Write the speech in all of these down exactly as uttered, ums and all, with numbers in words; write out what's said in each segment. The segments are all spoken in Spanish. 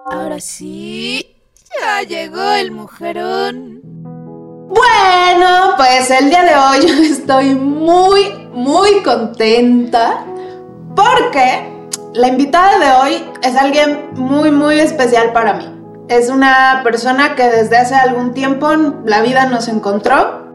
Ahora sí, ya llegó el mujerón. Bueno, pues el día de hoy yo estoy muy, muy contenta porque la invitada de hoy es alguien muy, muy especial para mí. Es una persona que desde hace algún tiempo la vida nos encontró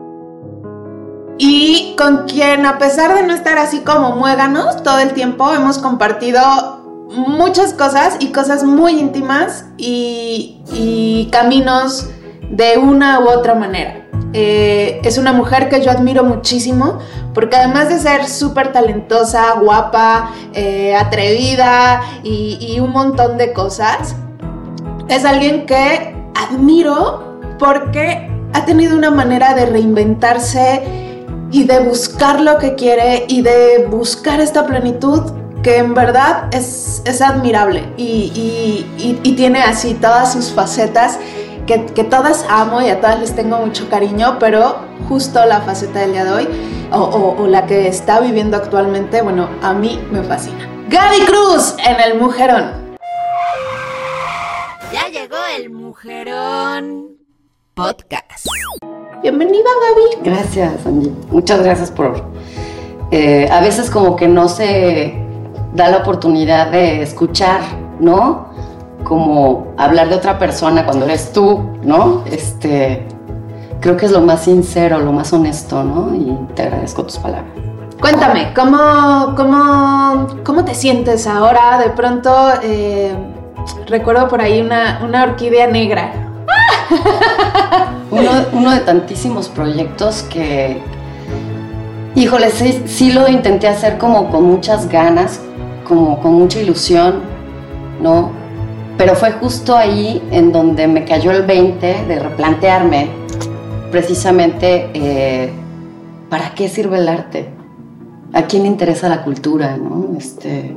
y con quien, a pesar de no estar así como muéganos todo el tiempo, hemos compartido muchas cosas y cosas muy íntimas y, y caminos de una u otra manera. Eh, es una mujer que yo admiro muchísimo porque además de ser súper talentosa, guapa, eh, atrevida y, y un montón de cosas, es alguien que admiro porque ha tenido una manera de reinventarse y de buscar lo que quiere y de buscar esta plenitud que en verdad es, es admirable y, y, y, y tiene así todas sus facetas que, que todas amo y a todas les tengo mucho cariño, pero justo la faceta del día de hoy o, o, o la que está viviendo actualmente, bueno, a mí me fascina. Gaby Cruz en El Mujerón. Ya llegó el mujerón podcast. Bienvenida, Gaby. Gracias, Angie. Muchas gracias por... Eh, a veces como que no se da la oportunidad de escuchar, ¿no? Como hablar de otra persona cuando eres tú, ¿no? Este, creo que es lo más sincero, lo más honesto, ¿no? Y te agradezco tus palabras. Cuéntame, ¿cómo, cómo, cómo te sientes ahora? De pronto, eh, recuerdo por ahí una, una orquídea negra. Uno, uno de tantísimos proyectos que, híjole, sí, sí lo intenté hacer como con muchas ganas, como con mucha ilusión, ¿no? Pero fue justo ahí en donde me cayó el veinte de replantearme precisamente eh, ¿para qué sirve el arte? ¿A quién le interesa la cultura, no? Este,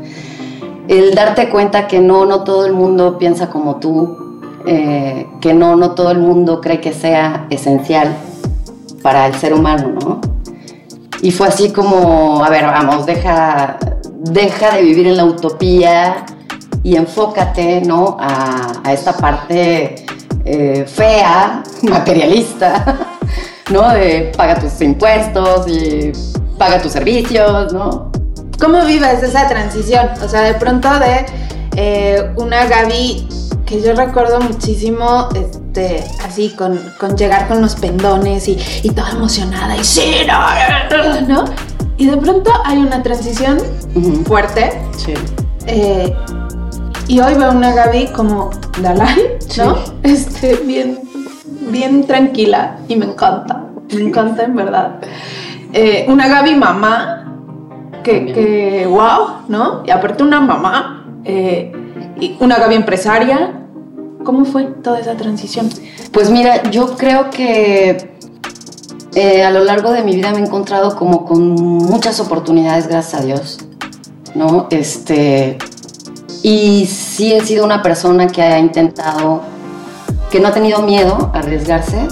el darte cuenta que no, no todo el mundo piensa como tú, eh, que no, no todo el mundo cree que sea esencial para el ser humano, ¿no? Y fue así como, a ver, vamos, deja, deja de vivir en la utopía y enfócate, ¿no? a, a esta parte eh, fea, materialista, ¿no? De paga tus impuestos y paga tus servicios, ¿no? ¿Cómo vives esa transición? O sea, de pronto de eh, una Gaby que yo recuerdo muchísimo, este, así con, con llegar con los pendones y, y toda emocionada y sí, no, ¿no? Y de pronto hay una transición uh-huh. fuerte. Sí. Eh, y hoy veo una Gaby como Dalai, ¿no? Sí. Este, bien, bien tranquila y me encanta, me encanta en verdad. Eh, una Gaby mamá, que, que wow, ¿no? Y aparte una mamá, eh, y una Gaby empresaria. ¿Cómo fue toda esa transición? Pues mira, yo creo que eh, a lo largo de mi vida me he encontrado como con muchas oportunidades, gracias a Dios, ¿no? Este, y sí he sido una persona que ha intentado, que no ha tenido miedo a arriesgarse,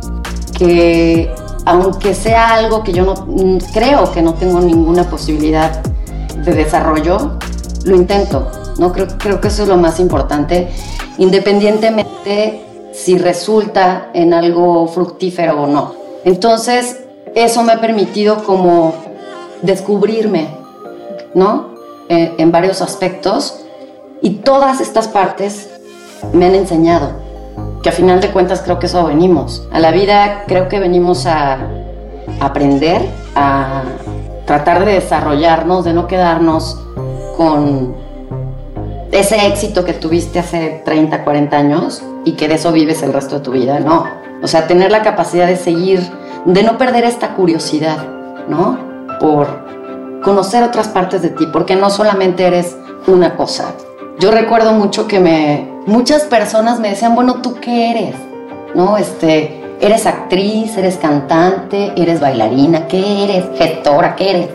que aunque sea algo que yo no creo que no tengo ninguna posibilidad de desarrollo, lo intento, ¿no? Creo, creo que eso es lo más importante, independientemente si resulta en algo fructífero o no. Entonces, eso me ha permitido como descubrirme, ¿no? En, en varios aspectos, y todas estas partes me han enseñado, que a final de cuentas creo que eso venimos. A la vida creo que venimos a aprender, a tratar de desarrollarnos, de no quedarnos con ese éxito que tuviste hace treinta, cuarenta años y que de eso vives el resto de tu vida, no. O sea, tener la capacidad de seguir, de no perder esta curiosidad, ¿no? Por conocer otras partes de ti, porque no solamente eres una cosa. Yo recuerdo mucho que me, muchas personas me decían, bueno, ¿tú qué eres? ¿No? Este, ¿eres actriz? ¿Eres cantante? ¿Eres bailarina? ¿Qué eres? ¿Gestora? ¿Qué eres?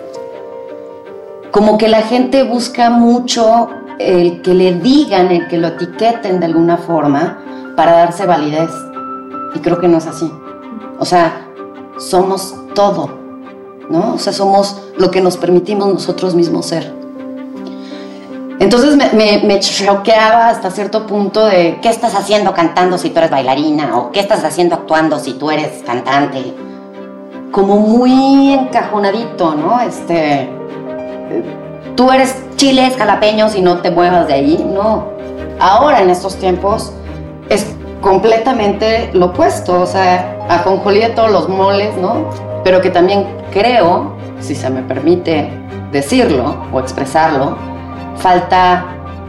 Como que la gente busca mucho el que le digan, el que lo etiqueten de alguna forma para darse validez. Y creo que no es así. O sea, somos todo, ¿no? O sea, somos lo que nos permitimos nosotros mismos ser. Entonces me, me, me choqueaba hasta cierto punto de ¿qué estás haciendo cantando si tú eres bailarina? ¿O qué estás haciendo actuando si tú eres cantante? Como muy encajonadito, ¿no? Este, tú eres chiles, jalapeños y no te muevas de ahí, no. Ahora en estos tiempos es completamente lo opuesto, o sea, ajonjolí de todos los moles, ¿no? Pero que también creo, si se me permite decirlo o expresarlo, falta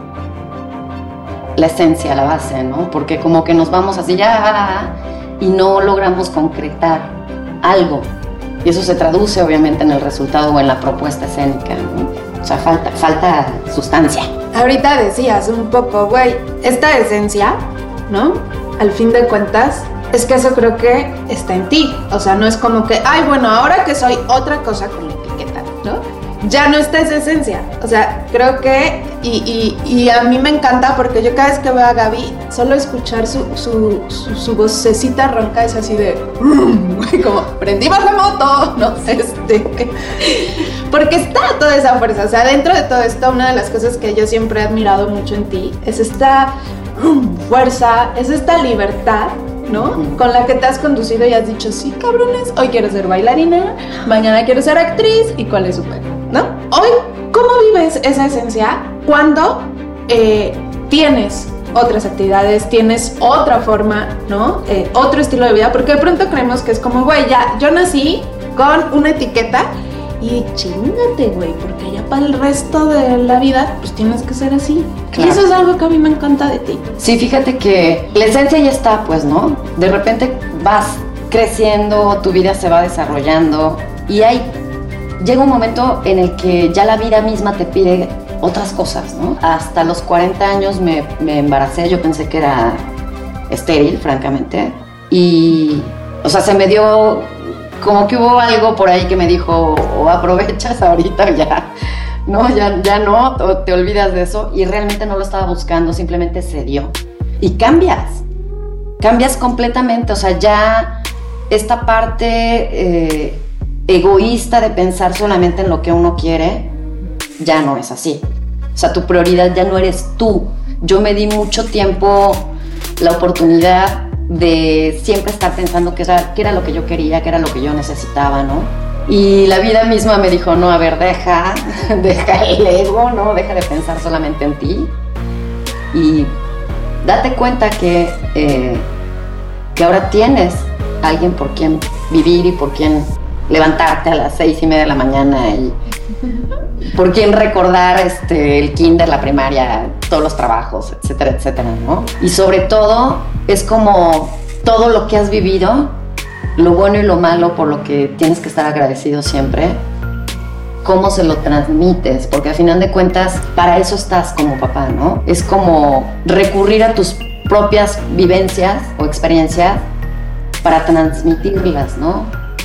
la esencia, la base, ¿no? Porque como que nos vamos así ya y no logramos concretar algo. Y eso se traduce obviamente en el resultado o en la propuesta escénica, ¿no? O sea, falta, falta sustancia. Ahorita decías un poco, güey, esta esencia, ¿no? Al fin de cuentas, es que eso creo que está en ti. O sea, no es como que, ay, bueno, ahora que soy otra cosa con la etiqueta, ¿no? Ya no está esa esencia. O sea, creo que, y, y, y a mí me encanta porque yo cada vez que veo a Gaby, solo escuchar su, su, su, su vocecita ronca es así de, como, prendimos la moto, no sé, este, porque está toda esa fuerza. O sea, dentro de todo esto, una de las cosas que yo siempre he admirado mucho en ti es esta fuerza, es esta libertad, ¿no? Con la que te has conducido y has dicho, sí, cabrones, hoy quiero ser bailarina, mañana quiero ser actriz, ¿y cuál es su pelo? ¿No? Hoy, ¿cómo vives esa esencia cuando eh, tienes otras actividades, tienes otra forma, ¿no? Eh, otro estilo de vida, porque de pronto creemos que es como, güey, ya, yo nací con una etiqueta y chingate, güey, porque ya para el resto de la vida, pues tienes que ser así. Claro. Y eso es algo que a mí me encanta de ti. Sí, fíjate que la esencia ya está, pues, ¿no? De repente vas creciendo, tu vida se va desarrollando y hay, llega un momento en el que ya la vida misma te pide otras cosas, ¿no? Hasta los cuarenta años me, me embaracé, yo pensé que era estéril, francamente, y, o sea, se me dio, como que hubo algo por ahí que me dijo, o aprovechas ahorita ya, no, ya, ya no, o te olvidas de eso, y realmente no lo estaba buscando, simplemente se dio. Y cambias, cambias completamente, o sea, ya esta parte eh, egoísta de pensar solamente en lo que uno quiere, ya no es así. O sea, tu prioridad ya no eres tú. Yo me di mucho tiempo la oportunidad de siempre estar pensando qué era, qué era lo que yo quería, qué era lo que yo necesitaba, ¿no? Y la vida misma me dijo, no, a ver, deja, deja el ego, ¿no? Deja de pensar solamente en ti y date cuenta que, eh, que ahora tienes a alguien por quien vivir y por quien levantarte a las seis y media de la mañana y por quien recordar este, el kinder, la primaria, todos los trabajos, etcétera, etcétera, ¿no? Y sobre todo es como todo lo que has vivido, lo bueno y lo malo por lo que tienes que estar agradecido siempre, cómo se lo transmites, porque al final de cuentas para eso estás como papá, ¿no? Es como recurrir a tus propias vivencias o experiencias para transmitirlas, ¿no?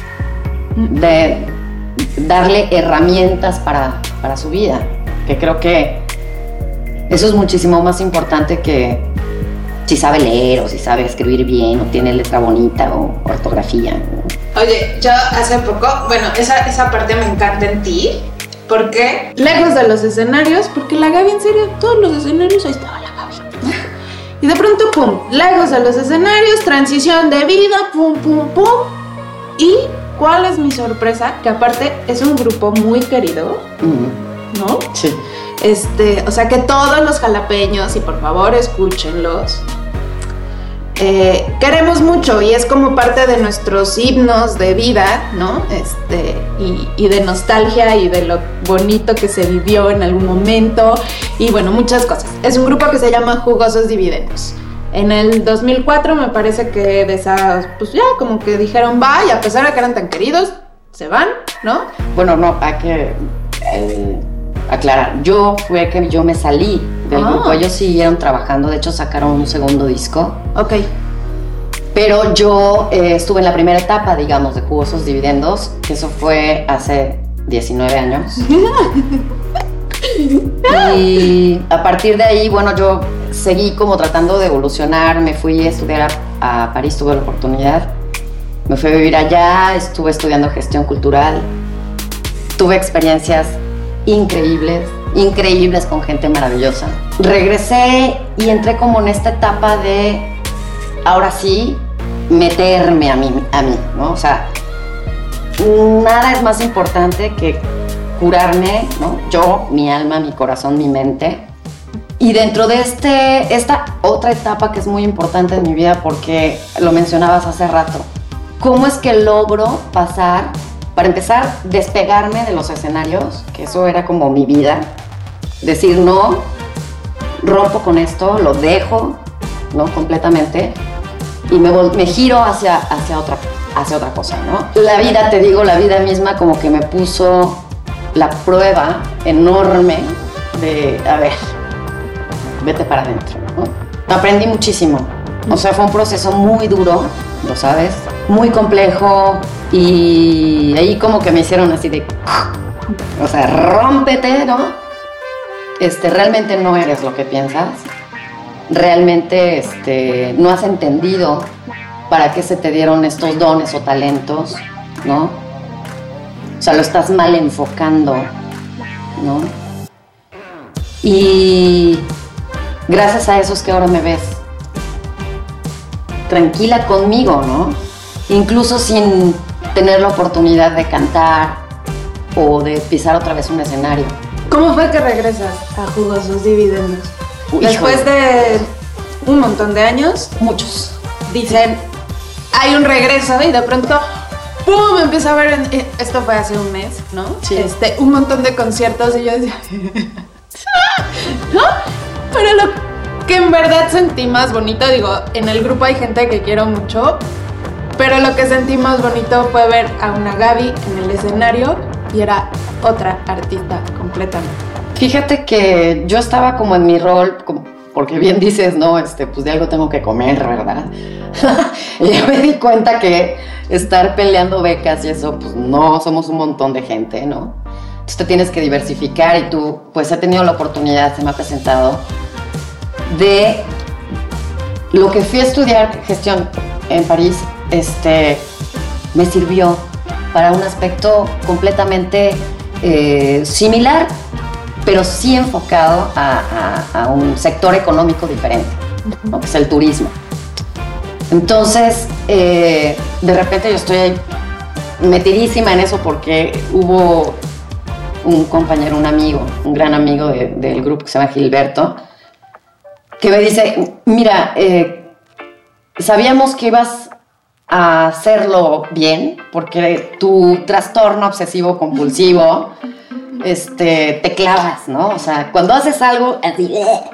De darle herramientas para, para su vida, que creo que eso es muchísimo más importante que si sabe leer o si sabe escribir bien o tiene letra bonita o ortografía, ¿no? Oye, yo hace poco, bueno, esa, esa parte me encanta en ti, porque lejos de los escenarios, porque la Gaby en serio, todos los escenarios, ahí estaba la Gaby. Y de pronto, pum, lejos de los escenarios, transición de vida, pum, pum, pum, y ¿cuál es mi sorpresa? Que aparte es un grupo muy querido, mm. ¿no? Sí. Este, o sea que todos los jalapeños, y por favor escúchenlos, eh, queremos mucho y es como parte de nuestros himnos de vida, ¿no? Este, y, y de nostalgia y de lo bonito que se vivió en algún momento y bueno, muchas cosas. Es un grupo que se llama Jugosos Dividendos. En el dos mil cuatro me parece que de esas, pues ya como que dijeron va, y a pesar de que eran tan queridos, se van, ¿no? Bueno, no, hay que eh, aclarar. Yo fue que yo me salí del ah. grupo, ellos siguieron trabajando, de hecho sacaron un segundo disco. Ok. Pero yo eh, estuve en la primera etapa, digamos, de Jugosos Dividendos, que eso fue hace diecinueve años. Y a partir de ahí, bueno, yo seguí como tratando de evolucionar, me fui a estudiar a, a París, tuve la oportunidad, me fui a vivir allá, estuve estudiando gestión cultural, tuve experiencias increíbles, increíbles, con gente maravillosa. Regresé y entré como en esta etapa de, ahora sí, meterme a mí, a mí, ¿no? O sea, nada es más importante que curarme, ¿no? Yo, mi alma, mi corazón, mi mente. Y dentro de este, esta otra etapa que es muy importante en mi vida, porque lo mencionabas hace rato, ¿cómo es que logro pasar, para empezar, despegarme de los escenarios? Que eso era como mi vida. Decir, no, rompo con esto, lo dejo, ¿no? Completamente. Y me, me giro hacia, hacia, otra, hacia otra cosa, ¿no? La vida, te digo, la vida misma como que me puso la prueba enorme de, a ver, vete para adentro, ¿no? Aprendí muchísimo. O sea, fue un proceso muy duro, lo sabes, muy complejo, y ahí como que me hicieron así de, o sea, rómpete, ¿no? Este, realmente no eres lo que piensas. Realmente este, no has entendido para qué se te dieron estos dones o talentos, ¿no? O sea, lo estás mal enfocando, ¿no? Y gracias a eso es que ahora me ves tranquila conmigo, ¿no? Incluso sin tener la oportunidad de cantar o de pisar otra vez un escenario. ¿Cómo fue que regresas a Jugosos Dividendos? Uy, Después híjole. de un montón de años, Muchos. dicen, hay un regreso y de pronto, ¡pum! Empieza a ver, en, eh, esto fue hace un mes, ¿no? Sí. Este, un montón de conciertos y yo decía, ¿no? Pero lo que en verdad sentí más bonito, digo, en el grupo hay gente que quiero mucho, pero lo que sentí más bonito fue ver a una Gaby en el escenario y era otra artista completamente. Fíjate que yo estaba como en mi rol, como, porque bien dices, no, este, pues de algo tengo que comer, ¿verdad? Y yo me di cuenta que estar peleando becas y eso, pues no, somos un montón de gente, ¿no? Entonces te tienes que diversificar y tú, pues he tenido la oportunidad, se me ha presentado, de lo que fui a estudiar gestión en París, este, me sirvió para un aspecto completamente eh, similar, pero sí enfocado a, a, a un sector económico diferente, ¿no? Que es el turismo. Entonces, eh, de repente yo estoy ahí metidísima en eso porque hubo un compañero, un amigo, un gran amigo de, del grupo que se llama Gilberto, que me dice, mira, eh, sabíamos que ibas a hacerlo bien porque tu trastorno obsesivo compulsivo este, te clavas, ¿no? O sea, cuando haces algo así,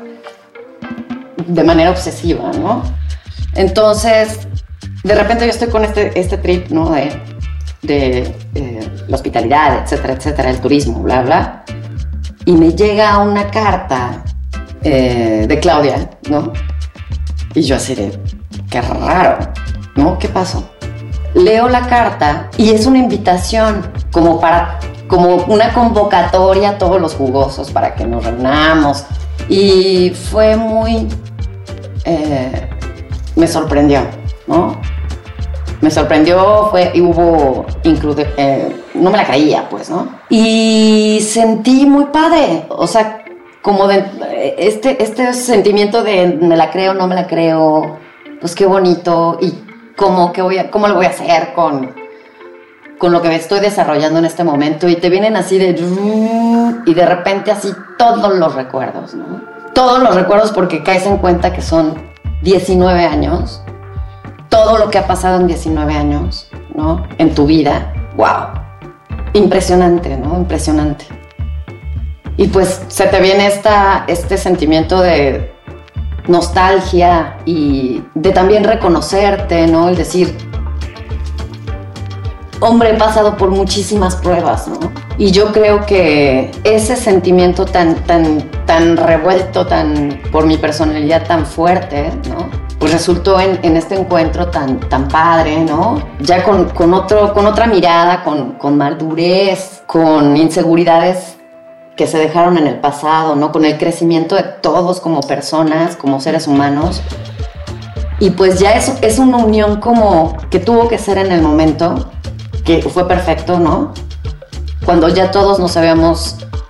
de manera obsesiva, ¿no? Entonces, de repente yo estoy con este, este trip, ¿no? De, de eh, la hospitalidad, etcétera, etcétera, el turismo, bla, bla. Y me llega una carta eh, de Claudia, ¿no? Y yo así de, qué raro, ¿no? ¿Qué pasó? Leo la carta y es una invitación como para, como una convocatoria a todos los jugosos para que nos reunamos. Y fue muy, eh, me sorprendió, ¿no? Me sorprendió, fue, y hubo, incluso, eh, no me la creía, pues, ¿no? Y sentí muy padre, o sea, como de, este, este sentimiento de me la creo, no me la creo, pues qué bonito, y cómo, qué voy a, cómo lo voy a hacer con, con lo que me estoy desarrollando en este momento, y te vienen así de, y de repente así todos los recuerdos, ¿no? Todos los recuerdos porque caes en cuenta que son diecinueve años, todo lo que ha pasado en diecinueve años, ¿no? En tu vida, wow, impresionante, ¿no? Impresionante. Y pues se te viene esta, este sentimiento de nostalgia y de también reconocerte, ¿no? El decir, hombre, he pasado por muchísimas pruebas, ¿no? Y yo creo que ese sentimiento tan, tan, tan revuelto, tan, por mi personalidad tan fuerte, ¿no? Pues resultó en, en este encuentro tan, tan padre, ¿no? Ya con, con, otro, con otra mirada, con, con madurez, con inseguridades que se dejaron en el pasado, ¿no? Con el crecimiento de todos como personas, como seres humanos. Y pues ya eso es una unión como que tuvo que ser en el momento, que fue perfecto, ¿no? Cuando ya todos nos habíamos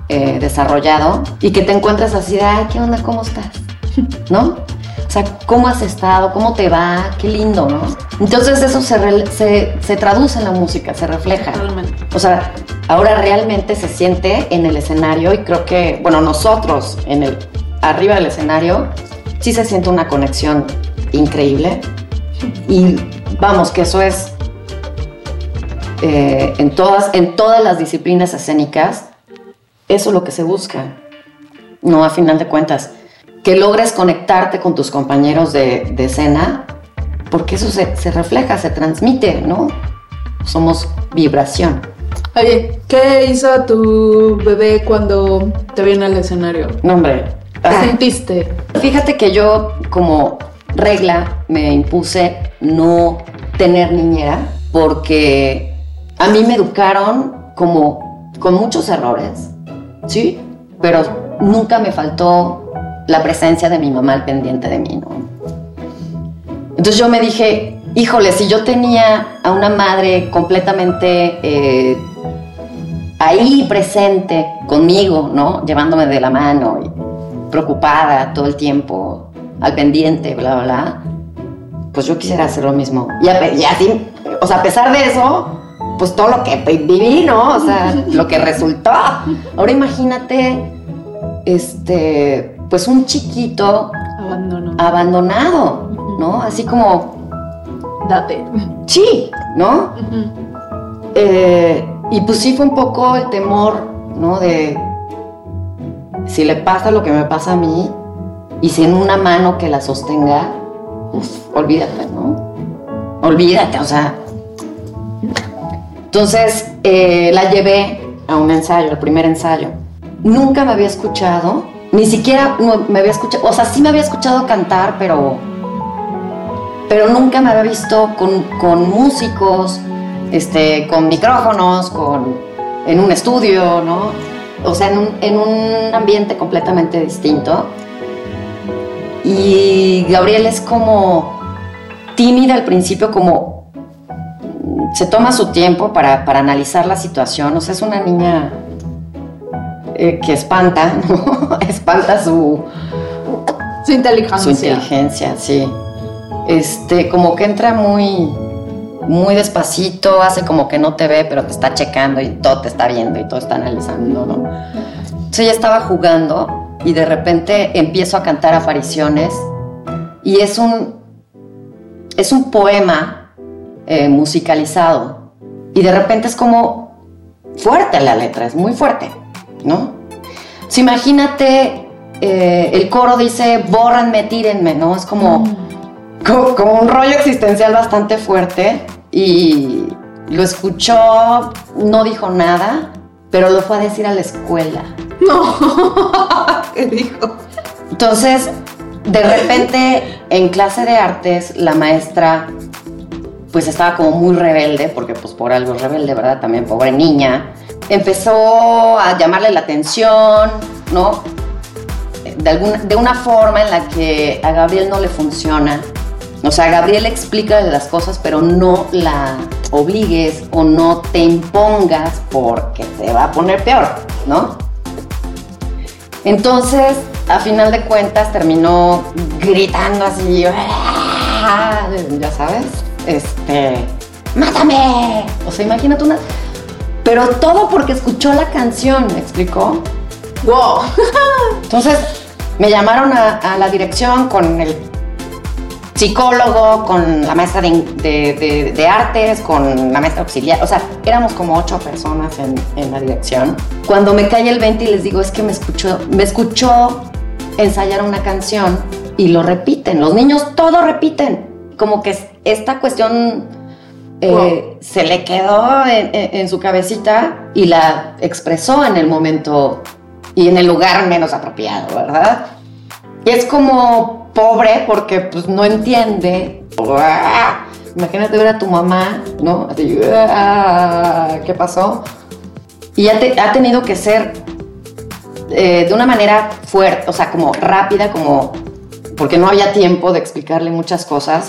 eh, desarrollado y que te encuentres así de, ay, ¿qué onda? ¿Cómo estás? ¿No? O sea, ¿cómo has estado? ¿Cómo te va? Qué lindo, ¿no? Entonces eso se, re, se, se traduce en la música, se refleja. Totalmente. O sea, ahora realmente se siente en el escenario y creo que, bueno, nosotros en el, arriba del escenario sí se siente una conexión increíble y vamos, que eso es eh, en, todas, en todas las disciplinas escénicas, eso es lo que se busca, ¿no? A final de cuentas, que logres conectarte con tus compañeros de, de escena, porque eso se, se refleja, se transmite, ¿no? Somos vibración. Oye, ¿qué hizo tu bebé cuando te viene al escenario? No, hombre. ¿Qué Ah, sentiste? fíjate que yo, como regla, me impuse no tener niñera, porque a mí me educaron como con muchos errores, ¿sí? Pero nunca me faltó la presencia de mi mamá al pendiente de mí, ¿no? Entonces yo me dije, híjole, si yo tenía a una madre completamente eh, ahí presente conmigo, ¿no? Llevándome de la mano y preocupada todo el tiempo, al pendiente, bla, bla, bla, pues yo quisiera hacer lo mismo. Y, a, y así, o sea, a pesar de eso, pues todo lo que viví, ¿no? O sea, lo que resultó. Ahora imagínate, este... pues un chiquito Abandono. abandonado, ¿no? Así como, Date. sí, ¿no? Uh-huh. Eh, y pues sí fue un poco el temor, ¿no? De si le pasa lo que me pasa a mí y sin una mano que la sostenga, uf, olvídate, ¿no? Olvídate, o sea. Entonces eh, la llevé a un ensayo, al primer ensayo. Nunca me había escuchado. Ni siquiera me había escuchado, o sea, sí me había escuchado cantar, pero, pero nunca me había visto con, con músicos, este, con micrófonos, con, en un estudio, ¿no? O sea, en un, en un ambiente completamente distinto. Y Gabriel es como tímida al principio, como se toma su tiempo para, para analizar la situación. O sea, es una niña Eh, que espanta, ¿no? Espanta su, Su inteligencia. su inteligencia, sí. Este, como que entra muy, muy despacito, hace como que no te ve, pero te está checando y todo te está viendo y todo está analizando, ¿no? Entonces ella estaba jugando y de repente empiezo a cantar apariciones y es un, es un poema eh, musicalizado y de repente es como fuerte la letra, es muy fuerte, ¿no? So, imagínate, eh, el coro dice, bórranme, tírenme, ¿no? Es como, mm. como, como un rollo existencial bastante fuerte y lo escuchó, no dijo nada, pero lo fue a decir a la escuela. No, ¿qué dijo? Entonces, de repente, en clase de artes, la maestra pues estaba como muy rebelde, porque pues por algo es rebelde, ¿verdad? También pobre niña. Empezó a llamarle la atención, ¿no? De, alguna, de una forma en la que a Gabriel no le funciona. O sea, Gabriel explica las cosas, pero no la obligues o no te impongas porque te va a poner peor, ¿no? Entonces, a final de cuentas, terminó gritando así, ¡ah! Ya sabes, este, ¡mátame! O sea, imagínate una... Pero todo porque escuchó la canción, ¿me explicó? ¡Wow! Entonces, me llamaron a, a la dirección con el psicólogo, con la maestra de, de, de, de artes, con la maestra auxiliar. O sea, éramos como ocho personas en, en la dirección. Cuando me cae el veinte y les digo, es que me escuchó, me escuchó ensayar una canción y lo repiten. Los niños todo repiten. Como que esta cuestión... Eh, wow. Se le quedó en, en, en su cabecita y la expresó en el momento y en el lugar menos apropiado, ¿verdad? Y es como pobre porque pues no entiende. ¡Uah! Imagínate ver a tu mamá, ¿no? Así, ¡uah! ¿Qué pasó? Y ha, te, ha tenido que ser eh, de una manera fuerte, o sea, como rápida, como porque no había tiempo de explicarle muchas cosas.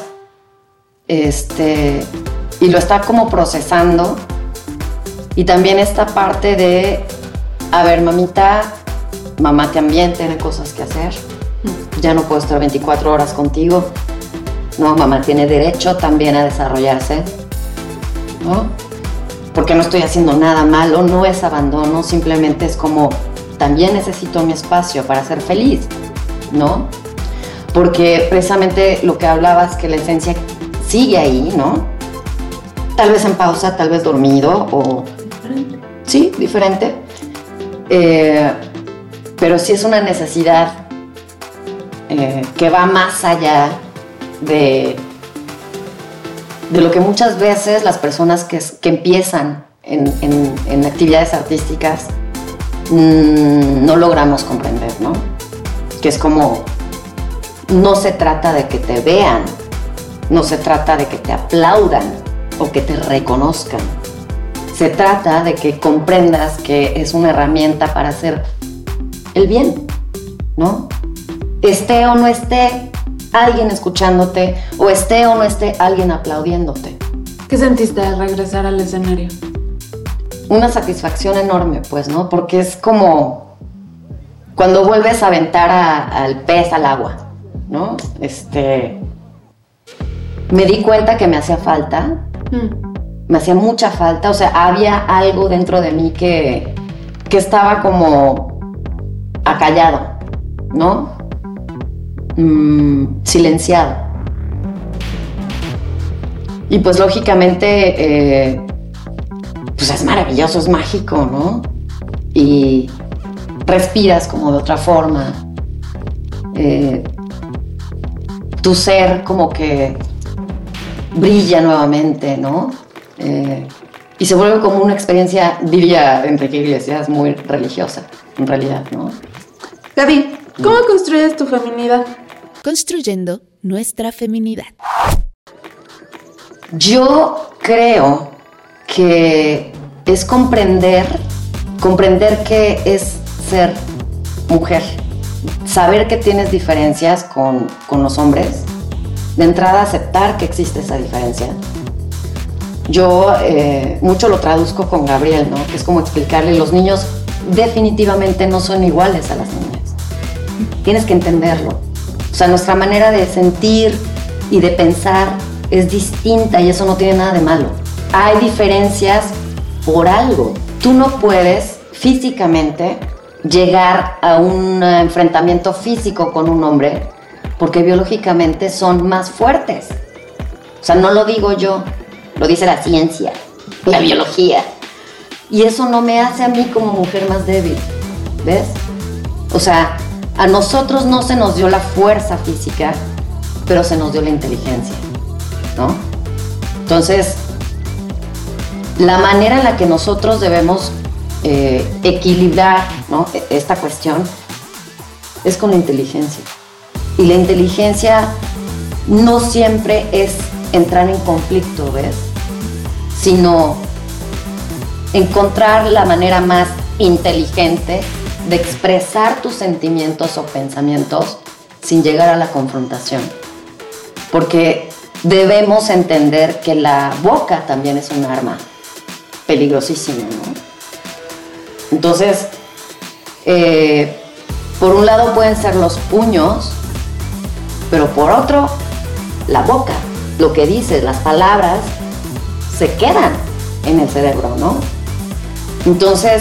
Este... Y lo está como procesando. Y también esta parte de a ver, mamita, mamá también tiene cosas que hacer. Ya no puedo estar veinticuatro horas contigo. No, mamá tiene derecho también a desarrollarse, ¿no? Porque no estoy haciendo nada malo, no es abandono, simplemente es como, también necesito mi espacio para ser feliz, ¿no? Porque precisamente lo que hablabas, que la esencia sigue ahí, ¿no? Tal vez en pausa, tal vez dormido o... Diferente. Sí, diferente. Eh, pero sí es una necesidad eh, que va más allá de, de lo que muchas veces las personas que, que empiezan en, en, en actividades artísticas mmm, no logramos comprender, ¿no? Que es como, no se trata de que te vean, no se trata de que te aplaudan o que te reconozcan. Se trata de que comprendas que es una herramienta para hacer el bien, ¿no? Esté o no esté alguien escuchándote, o esté o no esté alguien aplaudiéndote. ¿Qué sentiste al regresar al escenario? Una satisfacción enorme, pues, ¿no? Porque es como cuando vuelves a aventar a, al pez al agua, ¿no? Este... Me di cuenta que me hacía falta. Mm. Me hacía mucha falta, o sea, había algo dentro de mí que, que estaba como acallado, ¿no? Mm, silenciado. Y pues lógicamente, eh, pues es maravilloso, es mágico, ¿no? Y respiras como de otra forma. Eh, tu ser como que brilla nuevamente, ¿no? Eh, y se vuelve como una experiencia, diría Enrique Iglesias, muy religiosa, en realidad, ¿no? Gaby, ¿cómo mm. construyes tu feminidad? Construyendo nuestra feminidad. Yo creo que es comprender, comprender qué es ser mujer, saber que tienes diferencias con, con los hombres, de entrada aceptar que existe esa diferencia. Yo eh, mucho lo traduzco con Gabriel, ¿no? Que es como explicarle, los niños definitivamente no son iguales a las niñas. Tienes que entenderlo. O sea, nuestra manera de sentir y de pensar es distinta y eso no tiene nada de malo. Hay diferencias por algo. Tú no puedes físicamente llegar a un enfrentamiento físico con un hombre porque biológicamente son más fuertes. O sea, no lo digo yo. Lo dice la ciencia, la biología. Y eso no me hace a mí como mujer más débil, ¿ves? O sea, a nosotros no se nos dio la fuerza física, pero se nos dio la inteligencia, ¿no? Entonces, la manera en la que nosotros debemos eh, equilibrar, ¿no?, esta cuestión es con la inteligencia. Y la inteligencia no siempre es entrar en conflicto, ¿ves? Sino encontrar la manera más inteligente de expresar tus sentimientos o pensamientos sin llegar a la confrontación. Porque debemos entender que la boca también es un arma peligrosísima, ¿no? Entonces, eh, por un lado pueden ser los puños, pero por otro, la boca. Lo que dices, las palabras, se quedan en el cerebro, ¿no? Entonces,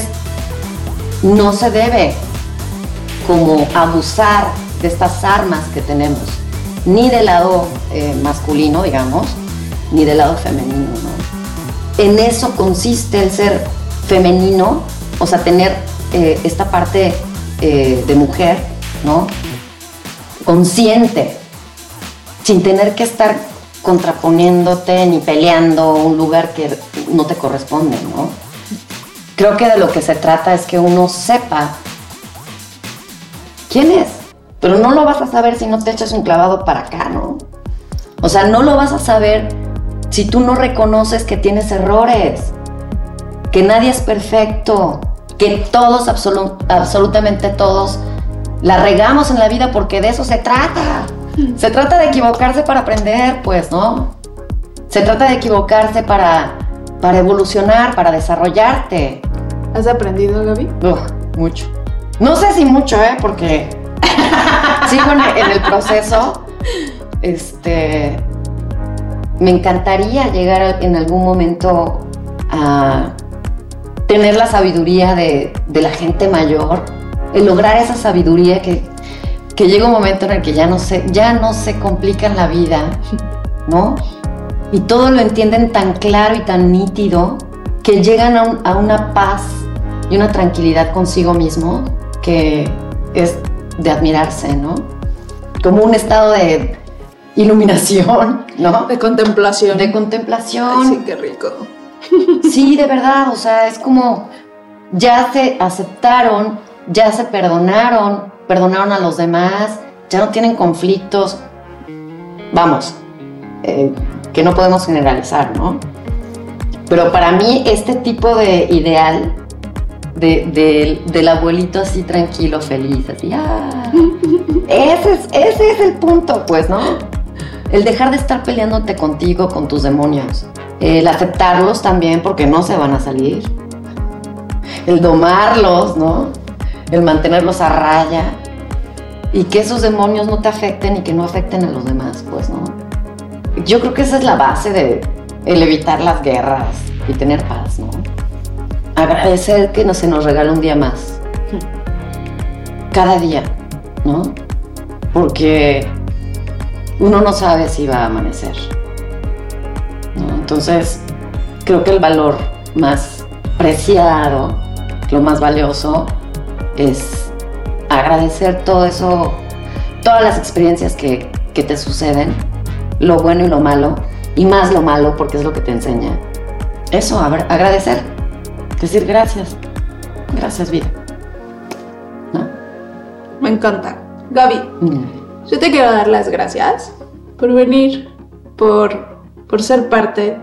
no se debe como abusar de estas armas que tenemos, ni del lado eh, masculino, digamos, ni del lado femenino, ¿no? En eso consiste el ser femenino, o sea, tener eh, esta parte eh, de mujer, ¿no? Consciente, sin tener que estar contraponiéndote ni peleando un lugar que no te corresponde, ¿no? Creo que de lo que se trata es que uno sepa quién es, pero no lo vas a saber si no te echas un clavado para acá, ¿no? O sea, no lo vas a saber si tú no reconoces que tienes errores, que nadie es perfecto, que todos, absolu- absolutamente todos, la regamos en la vida porque de eso se trata. Se trata de equivocarse para aprender, pues, ¿no? Se trata de equivocarse para, para evolucionar, para desarrollarte. ¿Has aprendido, Gaby? Ugh, mucho. No sé si mucho, ¿eh? Porque sigo en el, en el proceso. Este... Me encantaría llegar en algún momento a tener la sabiduría de, de la gente mayor, el lograr esa sabiduría que, que llega un momento en el que ya no se, ya no se complican la vida, ¿no? Y todo lo entienden tan claro y tan nítido que llegan a, un, a una paz y una tranquilidad consigo mismo que es de admirarse, ¿no? Como un estado de iluminación, ¿no? De contemplación. De contemplación. Ay, sí, qué rico. Sí, de verdad, o sea, es como ya se aceptaron, ya se perdonaron, perdonaron a los demás, ya no tienen conflictos. Vamos, eh, que no podemos generalizar, ¿no? Pero para mí este tipo de ideal de, de, del abuelito así tranquilo, feliz, así, ah, ese es, ese es el punto, pues, ¿no? El dejar de estar peleándote contigo, con tus demonios. El aceptarlos también porque no se van a salir. El domarlos, ¿no? El mantenerlos a raya. Y que esos demonios no te afecten y que no afecten a los demás, pues, ¿no? Yo creo que esa es la base de el evitar las guerras y tener paz, ¿no? Agradecer que no se nos regala un día más. Cada día, ¿no? Porque uno no sabe si va a amanecer, ¿no? Entonces, creo que el valor más preciado, lo más valioso, es agradecer todo eso, todas las experiencias que, que te suceden, lo bueno y lo malo, y más lo malo porque es lo que te enseña. Eso, a ver, agradecer, decir gracias, gracias vida, ¿no? Me encanta. Gaby, Mm. yo te quiero dar las gracias por venir, por, por ser parte,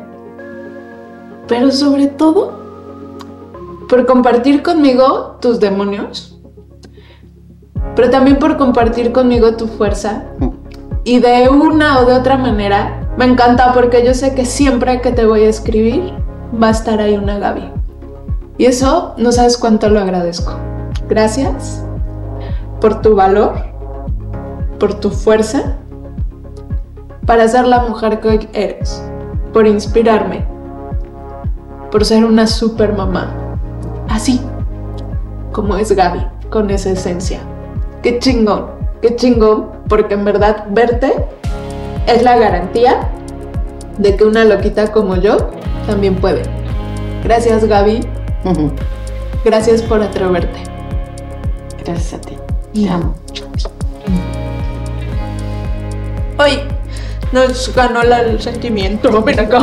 pero sobre todo por compartir conmigo tus demonios, pero también por compartir conmigo tu fuerza. Y de una o de otra manera me encanta porque yo sé que siempre que te voy a escribir va a estar ahí una Gaby. Y eso no sabes cuánto lo agradezco. Gracias por tu valor, por tu fuerza, para ser la mujer que hoy eres, por inspirarme, por ser una super mamá, así como es Gaby, con esa esencia. Qué chingón, qué chingón, porque en verdad verte es la garantía de que una loquita como yo también puede. Gracias, Gaby. Uh-huh. Gracias por atreverte. Gracias a ti. Te amo. Hoy nos ganó el sentimiento. Ven acá.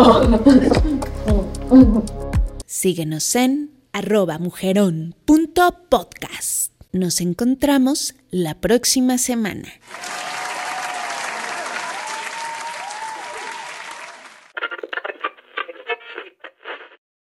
Síguenos en arroba mujerón punto podcast. Nos encontramos la próxima semana.